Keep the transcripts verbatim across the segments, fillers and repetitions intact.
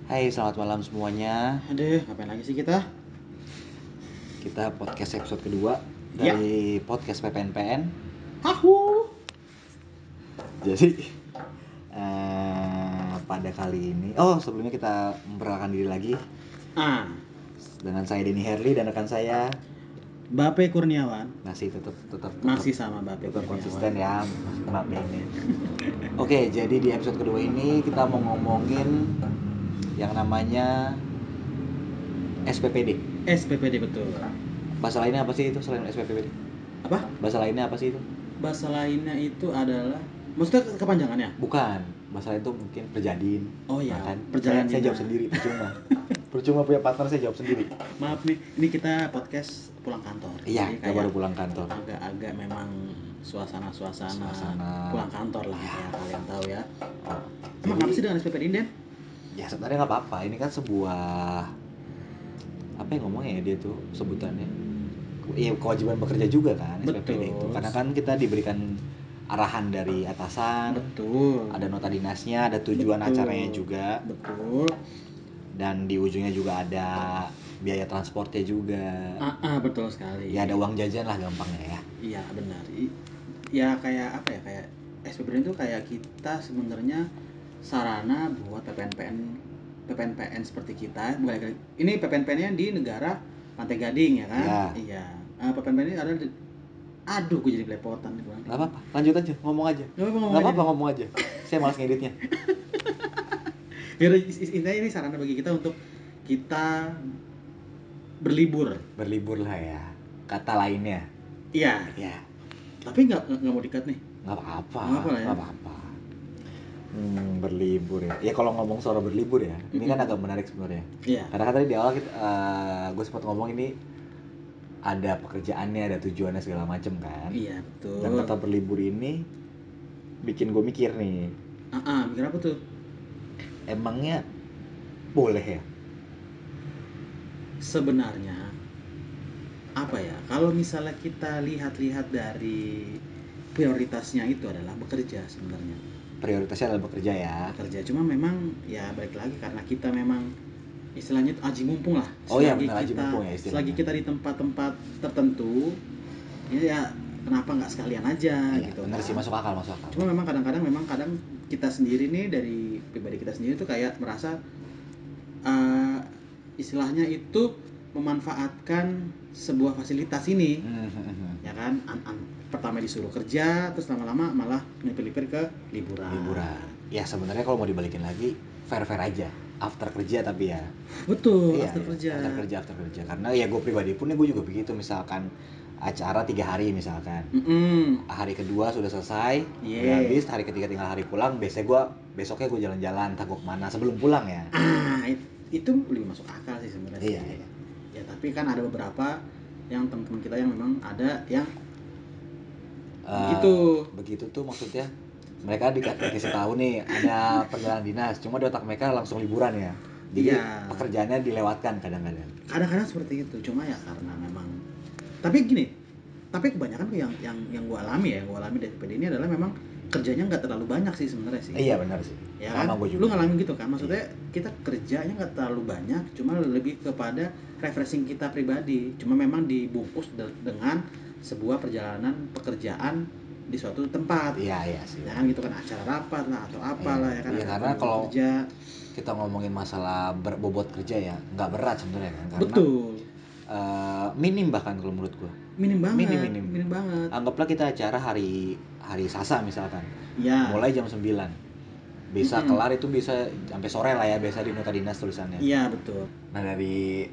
Hai, selamat malam semuanya. Aduh, ngapain lagi sih kita? Kita podcast episode kedua Ya. dari podcast P P N P N. Aku. Jadi eh, pada kali ini, oh sebelumnya kita memperkenalkan diri lagi Ah, dengan saya Denny Herli dan rekan saya Bape Kurniawan masih tetap tetap tetap, masih sama Bape tetap Kurniawan. konsisten ya, masih maaf nih ini. Oke, jadi di episode kedua ini kita mau ngomongin yang namanya S P P D. S P P D betul. Bahasa lainnya apa sih itu selain S P P D? Apa? Bahasa lainnya apa sih itu? Bahasa lainnya itu adalah, maksudnya kepanjangannya? Bukan, masalah itu mungkin perjadin. Oh iya, Nah, kan perjalanan saya, saya jawab dinas. sendiri, percuma. Percuma punya partner, saya jawab sendiri. Maaf nih, ini kita podcast pulang kantor. Iya, Jadi kita kayak baru pulang kantor. Agak-agak memang suasana-suasana Suasana. pulang kantor lah, Ya. ya kalian tahu ya. Oh, Emang jadi, apa sih dengan S P P D ini, Den? ya sebenarnya nggak apa-apa. Ini kan sebuah apa yang ngomongnya ya dia tuh sebutannya. Iya, kewajiban bekerja juga kan S P P D itu. Betul. Karena kan kita diberikan arahan dari atasan. Betul. Ada nota dinasnya, ada tujuan Betul. acaranya juga. Betul. Dan di ujungnya juga ada biaya transportnya juga. Ah, ah, betul sekali. Ya ada uang jajan lah gampangnya ya. Iya benar. I- Ya kayak apa ya, kayak S P P D itu kayak kita sebenarnya sarana buat P P N P N P P N P N seperti kita. Balik lagi. Ini P P N P N-nya di negara Pantai Gading ya kan? Ya. Iya. Ah, P P N P N ini ada di... Aduh, gue jadi belepotan nih. Nggak apa-apa, lanjut aja, ngomong aja. Gak apa-apa ngomong Nggak aja. apa-apa ngomong aja. Saya malas ngeditnya. Ya udah, is- is- intinya ini sarana bagi kita untuk kita berlibur. Berlibur lah ya. Kata lainnya. Iya. Ya, Tapi nggak nggak mau dikat nih. nggak apa-apa. Nggak apa lah ya. Nggak apa-apa. Hmm, berlibur ya. Ya kalau ngomong soal berlibur ya, ini kan agak menarik sebenarnya. Iya. Karena kan tadi di awal kita, uh, gue sempat ngomong ini ada pekerjaannya, ada tujuannya segala macem kan. Iya betul. Dan kata berlibur ini bikin gue mikir nih, Ah, ah, mikir apa tuh? emangnya boleh ya? Sebenarnya apa ya, kalau misalnya kita lihat-lihat dari prioritasnya itu adalah bekerja sebenarnya. Prioritasnya adalah bekerja ya. Bekerja, cuma memang ya balik lagi karena kita memang istilahnya itu aji mumpung lah. Oh iya, Selagi benar, aji kita, mumpung ya istilahnya. selagi kita di tempat-tempat tertentu, ya kenapa nggak sekalian aja Iya, gitu. benar kan. sih, masuk akal, masuk akal. Cuma memang kadang-kadang memang kadang kita sendiri nih, dari pribadi kita sendiri tuh kayak merasa uh, istilahnya itu memanfaatkan sebuah fasilitas ini, Hmm, ya kan. An- an- pertama disuruh kerja, terus lama-lama malah melipir-lipir ke liburan. liburan. Ya sebenarnya kalau mau dibalikin lagi fair-fair aja. After kerja tapi ya. Betul, Iya, after iya, kerja. After kerja, after kerja. Karena ya gue pribadi pun ya gue juga begitu. Misalkan acara tiga hari misalkan. Mm-mm. Hari kedua sudah selesai, Yeah. udah habis. Hari ketiga tinggal hari pulang. Biasanya gue besoknya gue jalan-jalan, entah gue kemana sebelum pulang ya. Ah, it- itu lebih masuk akal sih sebenarnya. Iya, sih. iya. Ya tapi kan ada beberapa yang teman-teman kita yang memang ada yang Eh, begitu. Begitu tuh maksudnya. Mereka di- dikasih tahu nih ada perjalanan dinas, cuma di otak mereka langsung liburan ya. Jadi Iya. pekerjaannya dilewatkan kadang-kadang. Kadang-kadang seperti itu, cuma ya karena memang, tapi gini, tapi kebanyakan tuh yang yang yang gue alami ya, yang gue alami dari P P D ini adalah memang kerjanya nggak terlalu banyak sih sebenarnya sih. Iya benar sih. Ya kan? Sama gue juga. Lu ngalamin gitu kan? Maksudnya kita kerjanya nggak terlalu banyak, cuma lebih kepada refreshing kita pribadi. Cuma memang dibungkus de- dengan sebuah perjalanan pekerjaan di suatu tempat. Iya iya sih. Ya kan gitu kan, acara rapat lah atau apalah Iya. ya kan. Iya, ada karena bobot kalau kerja. Kita ngomongin masalah berbobot kerja ya, nggak berat sebenarnya kan. Karena Betul. eh, minim bahkan kalau menurut gue. Minim banget. Minim, minim. Minim banget. Anggaplah kita acara hari hari Selasa misalkan. Ya. Mulai jam sembilan. Bisa Mm-mm. kelar itu bisa sampai sore lah ya, biasa di nota dinas tulisannya. Iya betul. Nah dari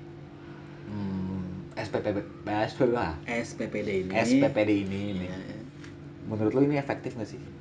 hmm, S P P S P P apa? S P P D ini. S P P D ini, ini. Iya, iya. Menurut lo ini efektif nggak sih?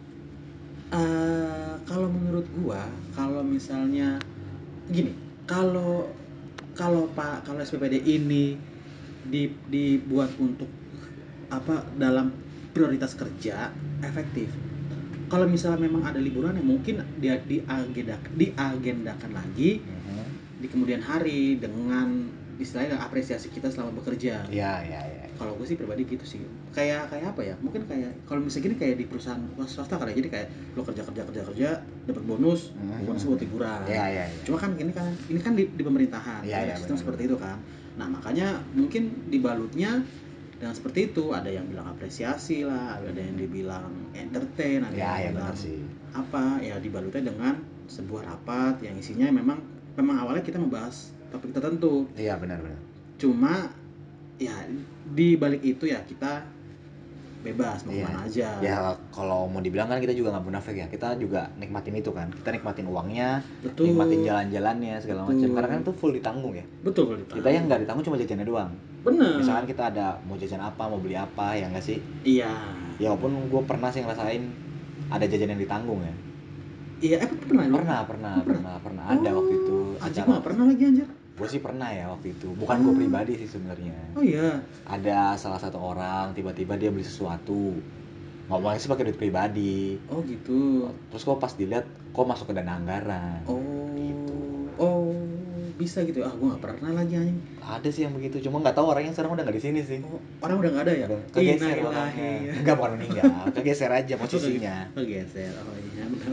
Eh, kalau menurut gua, kalau misalnya gini, kalau kalau Pak kalau S P P D ini di, dibuat untuk apa dalam prioritas kerja, efektif. Kalau misalnya memang ada liburan ya mungkin dia diagendakan diagendakan lagi Mhm. di kemudian hari dengan istilahnya apresiasi kita selama bekerja. Iya, iya, iya. Kalau gue sih pribadi gitu sih. Kayak kayak apa ya? Mungkin kayak kalau misalnya gini kayak di perusahaan swasta kali ya. Jadi kayak lo kerja kerja kerja kerja dapat bonus, Hmm. bonus buat liburan. Iya, iya, iya. Cuma kan ini kan ini kan di, di pemerintahan. Iya, ada iya, sistem benar, seperti benar. itu kan. Nah, makanya mungkin dibalutnya dengan seperti itu. Ada yang bilang apresiasi lah, ada yang dibilang entertain, ada Iya, iya, yang benar bilang sih. apa ya, dibalutnya dengan sebuah rapat yang isinya memang memang awalnya kita membahas topik tertentu. Iya, benar, benar. Cuma ya di balik itu ya kita bebas mau Iya. kemana aja. Ya kalau mau dibilang kan kita juga nggak munafik ya, kita juga nikmatin itu kan, kita nikmatin uangnya, Betul. nikmatin jalan-jalannya segala Betul. macam, karena kan itu full ditanggung ya. Betul kalau ditanggung. Kita yang nggak ditanggung cuma jajannya doang. Bener. Misalkan kita ada mau jajan apa, mau beli apa, ya nggak sih? Iya. Ya walaupun gue pernah sih ngerasain ada jajan yang ditanggung ya. Iya, eh pernah lu? Pernah, pernah, Oh, pernah, pernah ada waktu itu Anjir, acara. gua nggak pernah lagi anjir. Gue sih pernah ya waktu itu, bukan Oh. gue pribadi sih sebenarnya. Oh iya. Ada salah satu orang tiba-tiba dia beli sesuatu, ngomongnya sih pakai duit pribadi. Oh gitu. Terus kok pas dilihat kok masuk ke dana anggaran. Oh. Gitu. Oh, bisa gitu. Ah, gua nggak pernah lagi anjing. Ada sih yang begitu, cuma nggak tahu orangnya sekarang udah nggak di sini sih. Oh, orang udah nggak ada ya? Udah kegeser Innalillahi. orangnya. Enggak, bukan meninggal, kegeser aja posisinya. Kegeser. Oh iya, benar.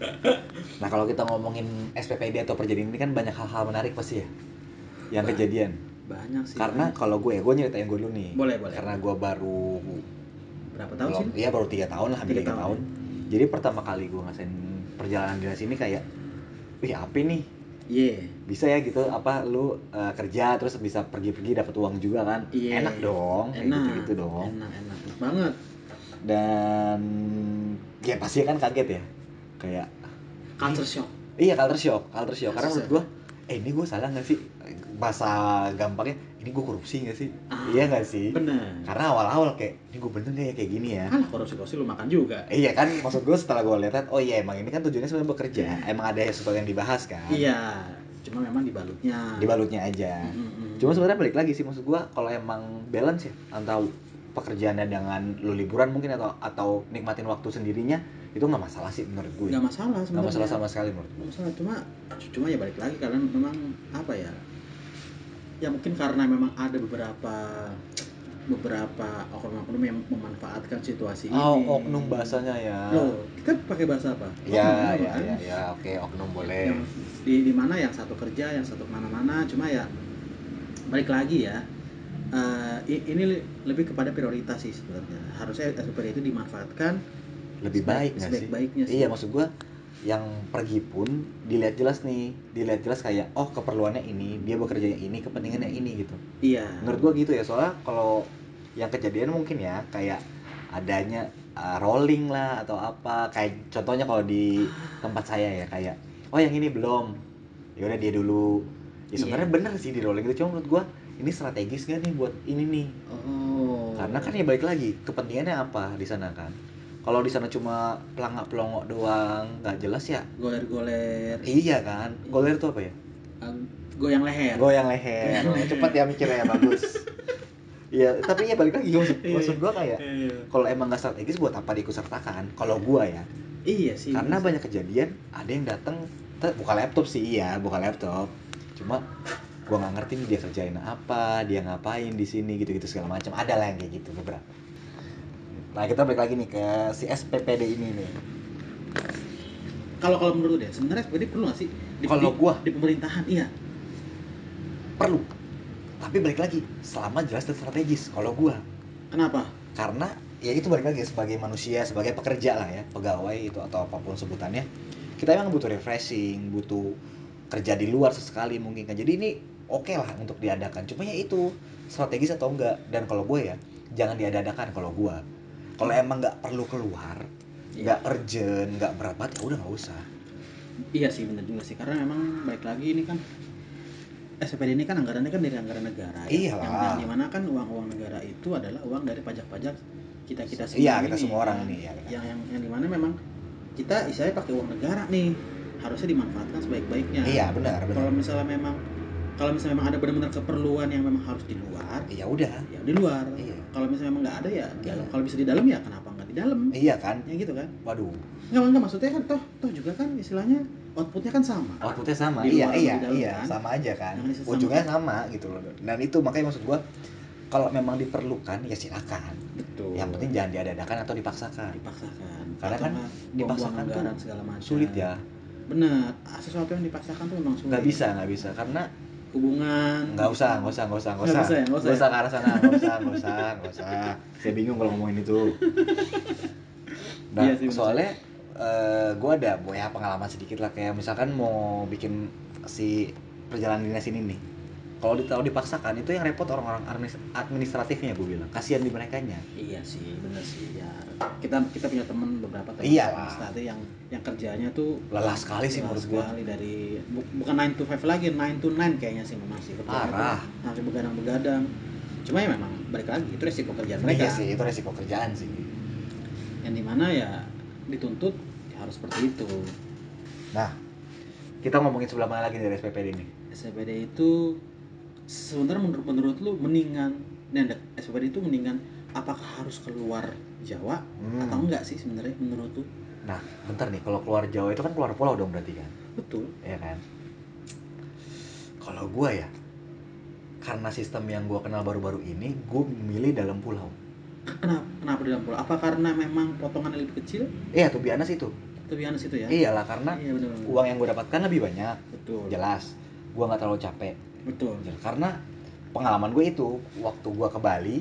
Nah kalau kita ngomongin S P P D atau perjanjian ini kan banyak hal-hal menarik pasti ya yang Ba- kejadian. Banyak sih. Karena kalau gue ya, gue nyeritain gue dulu nih. Boleh, boleh. Karena gue baru berapa tahun belum, sih? iya baru tiga tahun lah, hampir Tiga tiga tahun, tahun. Jadi pertama kali gue ngasain perjalanan dinas ini kayak, wih apa nih? Iya. Bisa ya gitu, apa lu uh, kerja terus bisa pergi-pergi dapat uang juga kan? Iya. Enak dong, kayak Enak. gitu-gitu dong. Enak, enak, enak banget. Dan ya pasti kan kaget ya, kayak Culture shock. iya culture shock, culture shock. Karena Culture menurut gue, eh ini gue salah nggak sih? Bahasa gampangnya, ini gue korupsi nggak sih? Ah, Iya nggak sih? Bener. Karena awal-awal kayak, ini gue bener nggak ya kayak gini ya? Alah, korupsi-korupsi lu makan juga. Iya kan, maksud gue setelah gue lihat, oh iya emang ini kan tujuannya sebenarnya bekerja, emang ada sesuatu yang dibahas kan? Iya. Cuma memang dibalutnya. Dibalutnya aja. Mm-mm. Cuma sebenarnya balik lagi sih, maksud gue kalau emang balance ya antara pekerjaannya dengan lu liburan mungkin atau atau nikmatin waktu sendirinya, itu nggak masalah sih menurut gue. Nggak masalah sebenarnya. Nggak masalah sama sekali menurut gue. Nggak masalah, cuma cuma ya balik lagi karena memang apa ya? Ya mungkin karena memang ada beberapa beberapa oknum-oknum yang memanfaatkan situasi Oh, ini. oknum bahasanya ya. Loh, kita pakai bahasa apa? Ya, Oknum, ya, kan? ya, ya, oke, oknum boleh. Yang di di mana yang satu kerja, yang satu kemana-mana, cuma ya balik lagi ya. eh, i- ini li- lebih kepada prioritas sih sebenarnya. Harusnya S P P D itu dimanfaatkan Lebih sebaik- baik nggak sih? sebaik-baiknya sih. Iya, maksud gua yang pergi pun dilihat jelas nih, dilihat jelas kayak oh keperluannya ini, dia bekerjanya ini, kepentingannya ini gitu. Iya. Menurut gua gitu ya, soalnya kalau yang kejadian mungkin ya kayak adanya uh, rolling lah atau apa, kayak contohnya kalau di tempat saya ya kayak oh yang ini belum, ya udah dia dulu. Ya sebenarnya Iya. bener sih di rolling itu, cuma menurut gua ini strategis gak nih buat ini nih? Oh. Karena kan ya balik lagi kepentingannya apa di sana kan. Kalau di sana cuma pelangak pelongok doang nggak jelas ya. Goler-goler. Iya kan, goler itu apa ya? Ah, goyang leher. Goyang leher. Cepat ya mikirnya ya, bagus. Iya, tapi ya balik lagi maksud, Iya. maksud gua kayak Iya. kalau emang nggak strategis buat apa diikut sertakan? Kalau gua ya, Iya sih. karena bisa. banyak kejadian ada yang datang te- buka laptop sih, iya buka laptop. Cuma gua nggak ngerti nih dia kerjain apa, dia ngapain di sini gitu-gitu segala macam. Ada lah yang kayak gitu beberapa. Nah kita balik lagi nih ke si S P P D ini nih. Kalau kalau menurut lu deh, sebenarnya S P P D perlu nggak sih? Di, Kalau di- gua di pemerintahan, iya. perlu, tapi balik lagi selama jelas dan strategis. Kalau gua, Kenapa? karena ya itu balik lagi sebagai manusia, sebagai pekerja lah ya, pegawai itu atau apapun sebutannya, kita emang butuh refreshing, butuh kerja di luar sesekali mungkin kan. Jadi ini oke lah untuk diadakan, cuma ya itu strategis atau enggak. Dan kalau gue ya jangan diadakan kalau gue. Kalau emang nggak perlu keluar, nggak Iya. urgent, nggak berat banget, ya udah nggak usah. Iya sih, benar juga sih. Karena memang balik lagi ini kan S P P D ini kan anggarannya kan dari anggaran negara ya. Iyalah. Yang, yang dimana kan uang-uang negara itu adalah uang dari pajak-pajak kita kita semua. Iya, kita ini, semua orang kan. ini, ya. Yang yang yang dimana memang kita istilahnya pakai uang negara nih, harusnya dimanfaatkan sebaik-baiknya. Iya benar benar. Kalau misalnya memang kalau misalnya memang ada benar-benar keperluan yang memang harus di luar, Ya udah. ya di luar. Iya. Kalau misalnya memang nggak ada ya di Iya. dalam. Kalau bisa di dalam ya kenapa nggak di dalam. Iya kan? Ya gitu kan. Waduh. Enggak enggak maksudnya kan toh toh juga kan istilahnya outputnya kan sama. Outputnya sama. Di Iya luar sama iya di dalam iya kan. sama aja kan. Yang sama- Ujungnya sama gitu loh. Dan itu makanya maksud gua kalau memang diperlukan ya silakan. Betul. Yang penting jangan diadakan atau dipaksakan. Dipaksakan. Karena Atau kan nggak dipaksakan buang-buang tuh anggaran segala macam. sulit ya. Bener, sesuatu yang dipaksakan tuh memang sulit. Nggak bisa nggak bisa karena hubungan. nggak usah nggak usah nggak usah nggak Nggak usah usah ya, nggak usah nggak ya? usah ke arah sana nggak usah nggak usah nggak usah. Saya bingung kalau ngomongin itu. Nah Iya sih, bener. soalnya eh gue ada ya pengalaman sedikit lah kayak misalkan mau bikin si perjalanan dinas ini nih. Kalau ditaruh dipaksakan itu yang repot orang-orang administ- administratifnya gue bilang. Kasihan di merekanya. Iya sih, bener sih ya. Kita kita punya teman beberapa teman Iya. administratif yang yang kerjanya tuh Lelah sekali sih lelah menurut gua. sekali dari bu- bukan nine to five lagi, nine to nine kayaknya sih memang sih kerjanya Parah. tuh sampai begadang-begadang. Cuma ya memang balik lagi itu resiko kerjaan mereka. Iya sih itu resiko kerjaan sih. Yang dimana ya dituntut ya harus seperti itu. Nah kita ngomongin sebelah mana lagi dari S P P D ini? S P P D itu sebenarnya menurut menurut lu mendingan nah, S P P D itu mendingan apakah harus keluar Jawa Hmm. atau enggak sih sebenarnya menurut lu? Nah bentar nih kalau keluar Jawa itu kan keluar pulau dong berarti kan? Betul. Iya kan? Kalau gue ya karena sistem yang gue kenal baru-baru ini gue memilih dalam pulau. Kenapa kenapa di dalam pulau? Apa karena memang potongannya lebih kecil? Iya tuh biasa itu. Itu biasa situ ya? Iyalah karena Iya benar. uang yang gue dapatkan lebih banyak. Betul. Jelas gue nggak terlalu capek. Betul. Ya, karena pengalaman gue itu waktu gue ke Bali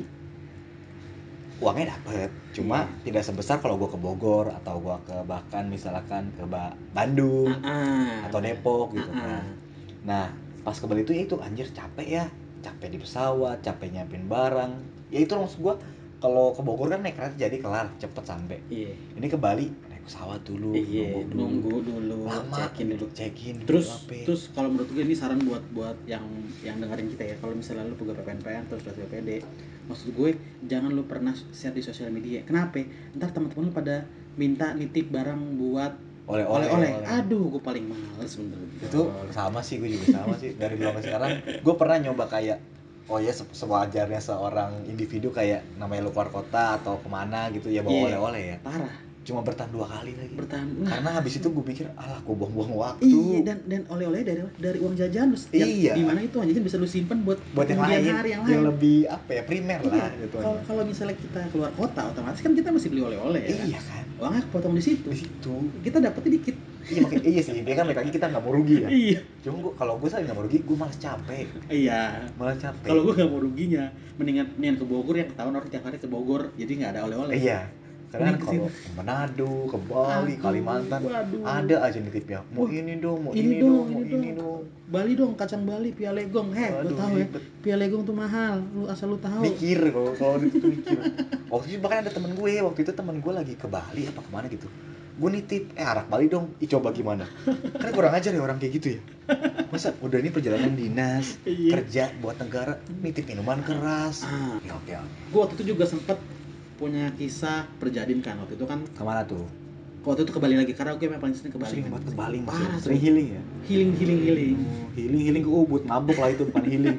uangnya dapet cuma Iya. tidak sebesar kalau gue ke Bogor atau gue ke bahkan misalkan ke ba- Bandung Ah, atau Depok gitu ah, kan. Nah pas ke Bali itu ya itu anjir capek ya, capek di pesawat, capek nyiapin barang. Ya itu maksud gue kalau ke Bogor kan naik kereta jadi kelar cepet sampai. Iya. Ini ke Bali naik pesawat dulu, Iya, nunggu dulu, nunggu dulu, lama, check-in dulu. check-in, Terus P P. terus kalau menurut gue ini saran buat buat yang yang dengerin kita ya. Kalau misalnya lu pegawai P P N P R terus S P P D, maksud gue jangan lu pernah share di sosial media. Kenapa? Ntar teman-teman lu pada minta nitip barang buat oleh-oleh. oleh-oleh. Aduh, gue paling males bener. Itu sama sih, gue juga sama sih dari dulu sampai sekarang. Gue pernah nyoba kayak oh ya se- sewajarnya seorang individu kayak namanya lu keluar kota atau kemana gitu ya bawa Iya. oleh-oleh ya. Parah. Cuma bertahan dua kali lagi. Bertahan. Karena habis itu gue pikir alah gue buang-buang waktu. Iya, dan dan oleh-oleh dari dari uang jajan lu. Iya. Di mana itu uang jajan bisa lu simpen buat Buat yang kemudian lain, hari yang yang lain. lebih apa ya primer lah Iya. gitu. Kalau kalau misalnya kita keluar kota otomatis kan kita masih beli oleh-oleh ya. Iya kan. Uangnya kepotong di situ. Di situ. Kita dapetnya dikit. Iya makin iya sih dia kan balik lagi kita nggak mau rugi ya. Iya. Cuma gua kalau gue sih nggak mau rugi gue malas capek. Iya. Malas capek. Kalau gue nggak mau ruginya, mendingan mendingan ke Bogor yang ketahuan orang tiap hari ke Bogor, jadi nggak ada oleh-oleh. Iya. Karena Mending ke kalau ke Manado, ke Bali, Aduh, Kalimantan waduh. ada aja nitipnya. Mau Wah, ini dong, mau ini ini, dong, dong, mau ini ini dong. dong. Bali dong, kacang Bali, pialegong. Heh, lu Aduh, tahu ya, ribet. pialegong tuh mahal. Lu asal lu tahu. Mikir kalau kalau itu tuh mikir. Waktu itu bahkan ada temen gue, waktu itu temen gue lagi ke Bali apa kemana gitu. Gue nitip, eh arak Bali dong, ih coba gimana? Kan kurang ajar ya orang kayak gitu ya. Masa udah ini perjalanan dinas, Iya. kerja buat negara, nitip minuman keras. Ah. Ya oke. Gue waktu itu juga sempet punya kisah perjadin kan waktu itu kan. Kemana tuh? Waktu itu ke Bali lagi karena gue memang paling sering ke Bali. Sering banget ke Bali, Mas. Parah, Sering tuh. healing ya. Healing, healing, healing. Oh, healing healing ke Ubud, mabuk lah itu bukan healing.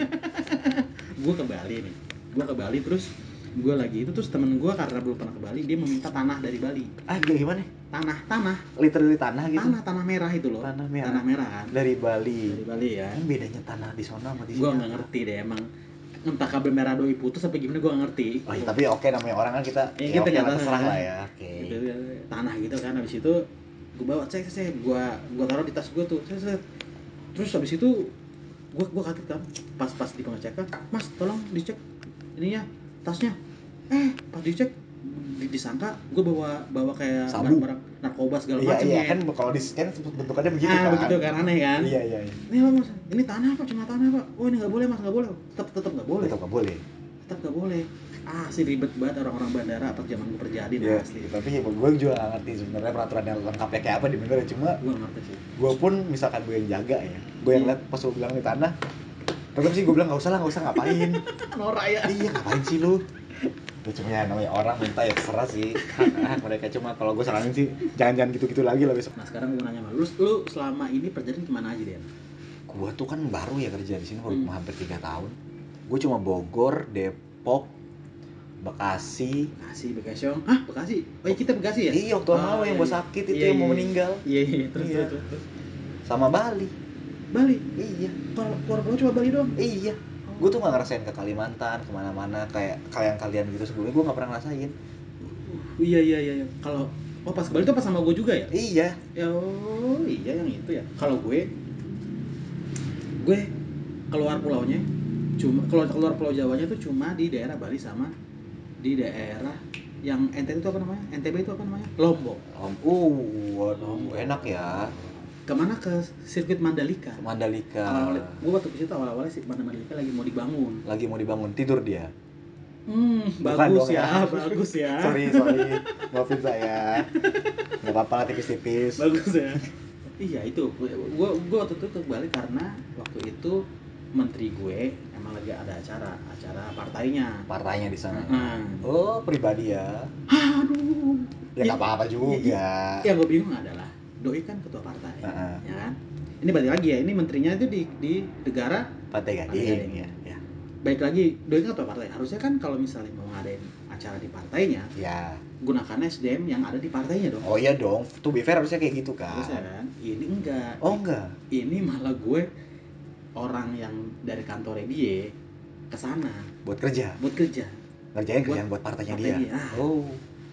Gue ke Bali nih. Gue ke Bali terus gue lagi itu terus temen gue karena belum pernah ke Bali dia meminta tanah dari Bali. Ah gimana? Tanah, tanah. Literally tanah gitu. Tanah, tanah merah itu loh. Tanah merah. Tanah merah kan. Dari Bali. Dari Bali ya. Kan bedanya tanah di sana sama di sini. Gue nggak ngerti deh emang entah kabel merah doi putus apa gimana gue nggak ngerti. Oh, iya, tapi oke namanya orang kan kita Ya, ya, kita oke nggak lah tahu, terserah kan. lah ya. Oke. Gitu, tanah gitu kan habis itu gue bawa cek cek gue gue taruh di tas gue tuh cek, cek. Terus habis itu gue gue kaget kan pas pas di pengecekan mas tolong dicek ininya tasnya eh pas dicek di- disangka gue bawa bawa kayak Sabu. barang-barang narkoba segala Iya macam iya ya kan kalau di scan bentukannya begitu ah kan. begitu kan aneh kan Iya iya. iya. ini apa mas ini tanah pak cuma tanah pak oh ini nggak boleh mas nggak boleh tetap tetap nggak boleh Tetap nggak boleh. tetap nggak boleh ah sih ribet banget orang-orang bandara pas zaman gue perjadi Iya asli tapi gue juga nggak ngerti sebenarnya peraturan yang lengkapnya kayak apa di bener cuma gue ngerti sih gue pun misalkan gue yang jaga ya gue yang Iya. liat pas gue bilang di tanah tetap sih gue bilang nggak usah lah nggak usah ngapain. norak ya Iya ngapain sih lu? Ya cuma ya namanya orang minta ya terserah sih hak, hak mereka cuma kalau gue saranin sih jangan-jangan gitu-gitu lagi lah besok. nah sekarang gue nanya sama lu lu selama ini perjalanan kemana aja dia Gue tuh kan baru ya kerja di sini baru Hmm. hampir tiga tahun. Gue cuma Bogor, Depok, Bekasi. Bekasi, Bekasi. Ah, Bekasi. Oh, iya, kita Bekasi ya? Iya, waktu Oh, mau yang iya, gua iya. sakit itu Iya, yang mau iya, meninggal. Iya, iya, terus, Iya. terus, terus. Sama Bali. Bali. Iya. Kalau keluar pulau cuma Bali doang. Iya. Gue tuh gak ngerasain ke Kalimantan, kemana-mana kayak kalian-kalian gitu sebelumnya gue gak pernah ngerasain. Uh, iya, iya, iya, iya. Kalau oh pas ke Bali tuh pas sama gue juga ya? Iya. Ya, oh, iya yang itu ya. Kalau gue gue keluar pulaunya cuma keluar keluar pulau Jawanya tuh cuma di daerah Bali sama di daerah yang N T B itu apa namanya? N T B itu apa namanya? Lombok. Om, uh, waduh, enak ya. Kemana? Ke sirkuit Mandalika. Mandalika. Awal-awal gue waktu ke situ awal-awalnya sih Mandalika lagi mau dibangun. Lagi mau dibangun, tidur dia. Hmm, Bukan bagus dong ya, ya. bagus ya. sorry, sorry. Maafin saya. Gak apa-apa lah, tipis-tipis. Bagus ya. Iya itu, gue gue waktu itu ke Bali karena waktu itu menteri gue emang lagi ada acara, acara partainya. Partainya di sana. Hmm. Oh, pribadi ya. Aduh. Ya nggak apa-apa juga. Yang gue bingung adalah Doi kan ketua partai, Uh-uh. ya kan? Ini balik lagi ya, ini menterinya itu di di negara Pantai Gading. Pantai Gading. Ya, ya. Baik lagi, Doi kan ketua partai. Harusnya kan kalau misalnya mau ngadain acara di partainya, Ya. gunakan S D M yang ada di partainya dong. Oh iya dong, to be fair harusnya kayak gitu kan. Harusnya kan? Ini enggak. Oh enggak. Ini malah gue orang yang dari kantornya dia ke sana Buat kerja. buat kerja. Ngerjain Buat kerjaan buat partainya partai dia. dia. Ah. Oh.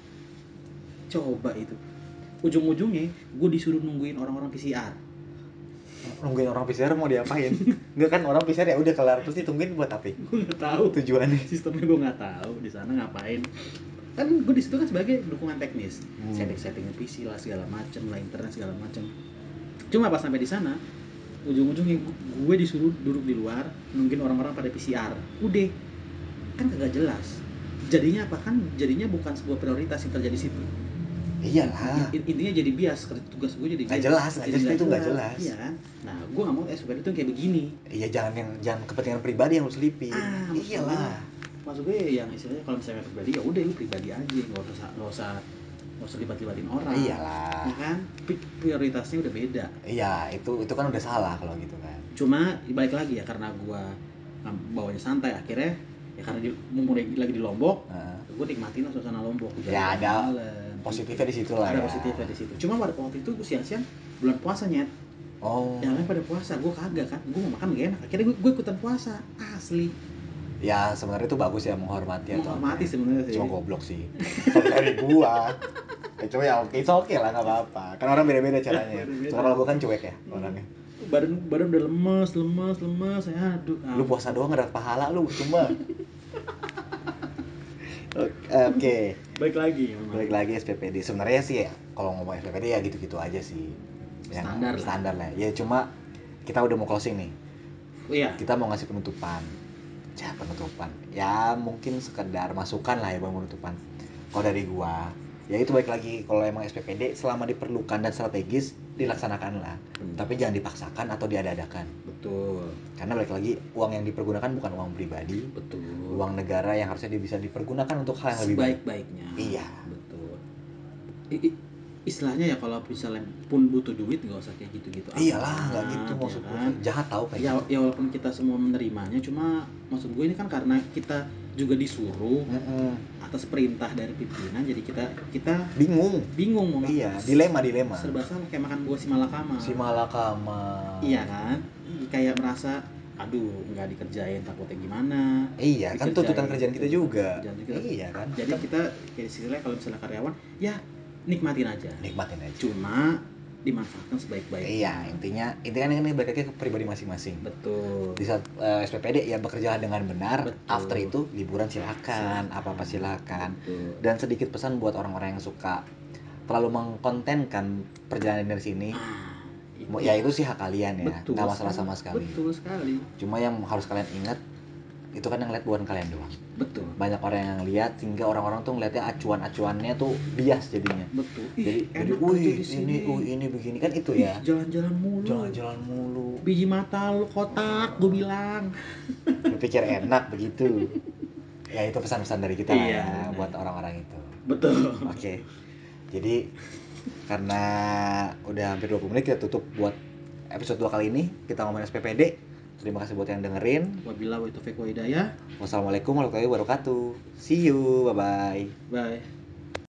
Coba itu. Ujung-ujungnya gue disuruh nungguin orang-orang P C R. Nungguin orang P C R mau diapain? Enggak kan orang P C R ya udah kelar terus ditungguin buat apa? Gue nggak tahu Tujuannya. sistemnya, gue nggak tahu di sana ngapain. Kan gue di situ kan sebagai dukungan teknis, Hmm. setting-setting P C lah segala macem lah, internet segala macem. Cuma pas sampai di sana, ujung-ujungnya gue disuruh duduk di luar nungguin orang-orang pada P C R. Udah, kan kagak jelas. Jadinya apa kan? Jadinya bukan sebuah prioritas yang terjadi di situ. Iyalah. I- intinya jadi bias, tugas gue jadi bias. Nggak jelas, nggak Jadi jelas, nggak itu nggak jelas. Iya kan? Nah, gue nggak mau S P P D itu yang kayak begini. Iya jangan yang jangan kepentingan pribadi yang lu selipin. Ah, maksud Iyalah. gue- Maksud gue yang istilahnya kalau misalnya pribadi ya udah lu pribadi aja, nggak usah nggak usah nggak usah libat-libatin orang. Iyalah. Ya kan? Pri- Prioritasnya udah beda. Iya, itu itu kan udah salah kalau gitu kan. Cuma balik lagi ya karena gue bawanya santai akhirnya ya karena di, mumpung lagi lagi di Lombok, Nah, gue nikmatin lah suasana Lombok. Ya, ada Jalan-jalan. positifnya di situ lah Ada ya. positifnya di situ. Cuma pada waktu itu gue siang-siang bulan puasa nyet. Oh. Yang lain pada puasa, gue kagak kan. Gue mau makan gak enak. Akhirnya gue, gue ikutan puasa. Asli. Ya sebenarnya itu bagus ya menghormati atau Menghormati apa ya. sebenarnya sih. Cuma goblok sih. Kalau dari gua. Ya cuma ya oke, it's okay lah enggak apa-apa. Kan orang beda-beda caranya. Beda-beda. Cuma kalau gua kan cuek ya orangnya. Badan badan udah lemes, lemes, lemes. Ya, aduh. Lu puasa doang ngedapat pahala lu cuma. Oke. Baik lagi. Memang. Balik lagi S P P D. Sebenarnya sih ya kalau ngomong S P P D ya gitu-gitu aja sih. Yang Standar lah. standar lah. Ya cuma kita udah mau closing nih. Oh iya. Kita mau ngasih penutupan. Ya penutupan. Ya mungkin sekedar masukan lah ya bang penutupan. Kalau dari gua, ya itu baik lagi kalau emang S P P D selama diperlukan dan strategis dilaksanakanlah. Hmm. Tapi jangan dipaksakan atau diada-adakan. Betul. Karena balik lagi uang yang dipergunakan bukan uang pribadi, Betul. uang negara yang harusnya bisa dipergunakan untuk hal yang lebih baik. Sebaik-baiknya. Iya. Betul. I, i, istilahnya ya kalau misalnya pun butuh duit nggak usah kayak gitu-gitu. Iyalah, nggak amat, gitu ya maksud gua. kan? Jahat tau kayak Ya, gitu. ya walaupun kita semua menerimanya, cuma maksud gue ini kan karena kita juga disuruh Mm-mm. atas perintah dari pimpinan, jadi kita kita Bingung. bingung mau Iya, dilema dilema. serba salah kayak makan buah si malakama. Si malakama. Iya kan? Kayak merasa aduh nggak dikerjain takutnya gimana. Iya, kan Dikerjain tuntutan kerjaan kita gitu. juga. Kerjaan kita. Iya kan. Jadi kita kayak istilahnya kalau misalnya karyawan ya nikmatin aja. Nikmatin aja. Cuma dimanfaatkan sebaik-baiknya. Iya, intinya intinya ini balik lagi ke pribadi masing-masing. Betul. Di saat uh, S P P D ya bekerja dengan benar. Betul. After itu liburan silakan, apa-apa silakan. Betul. Dan sedikit pesan buat orang-orang yang suka terlalu mengkontenkan perjalanan dari sini. Ah, Mau- Ya itu sih hak kalian ya, Betul nggak masalah sekali. sama sekali. Betul sekali. Cuma yang harus kalian ingat itu kan yang lihat bukan kalian doang. Betul. Banyak orang yang lihat sehingga orang-orang tuh ngeliatnya acuan-acuannya tuh bias jadinya. Betul. Jadi, Ih, jadi, enak kerja wih di sini. ini, uh ini begini kan itu Ih, ya. jalan-jalan mulu. Jalan-jalan mulu. Biji mata lu kotak, gue bilang. Berpikir enak begitu. Ya itu pesan-pesan dari kita lah Iya, ya benar. buat orang-orang itu. Betul. Oke. Jadi karena udah hampir dua puluh menit kita tutup buat episode dua kali ini kita ngomongin S P P D. Terima kasih buat yang dengerin. Wabillahi taufiq wa hidayah. Wassalamualaikum warahmatullahi wabarakatuh. See you, bye bye. Bye.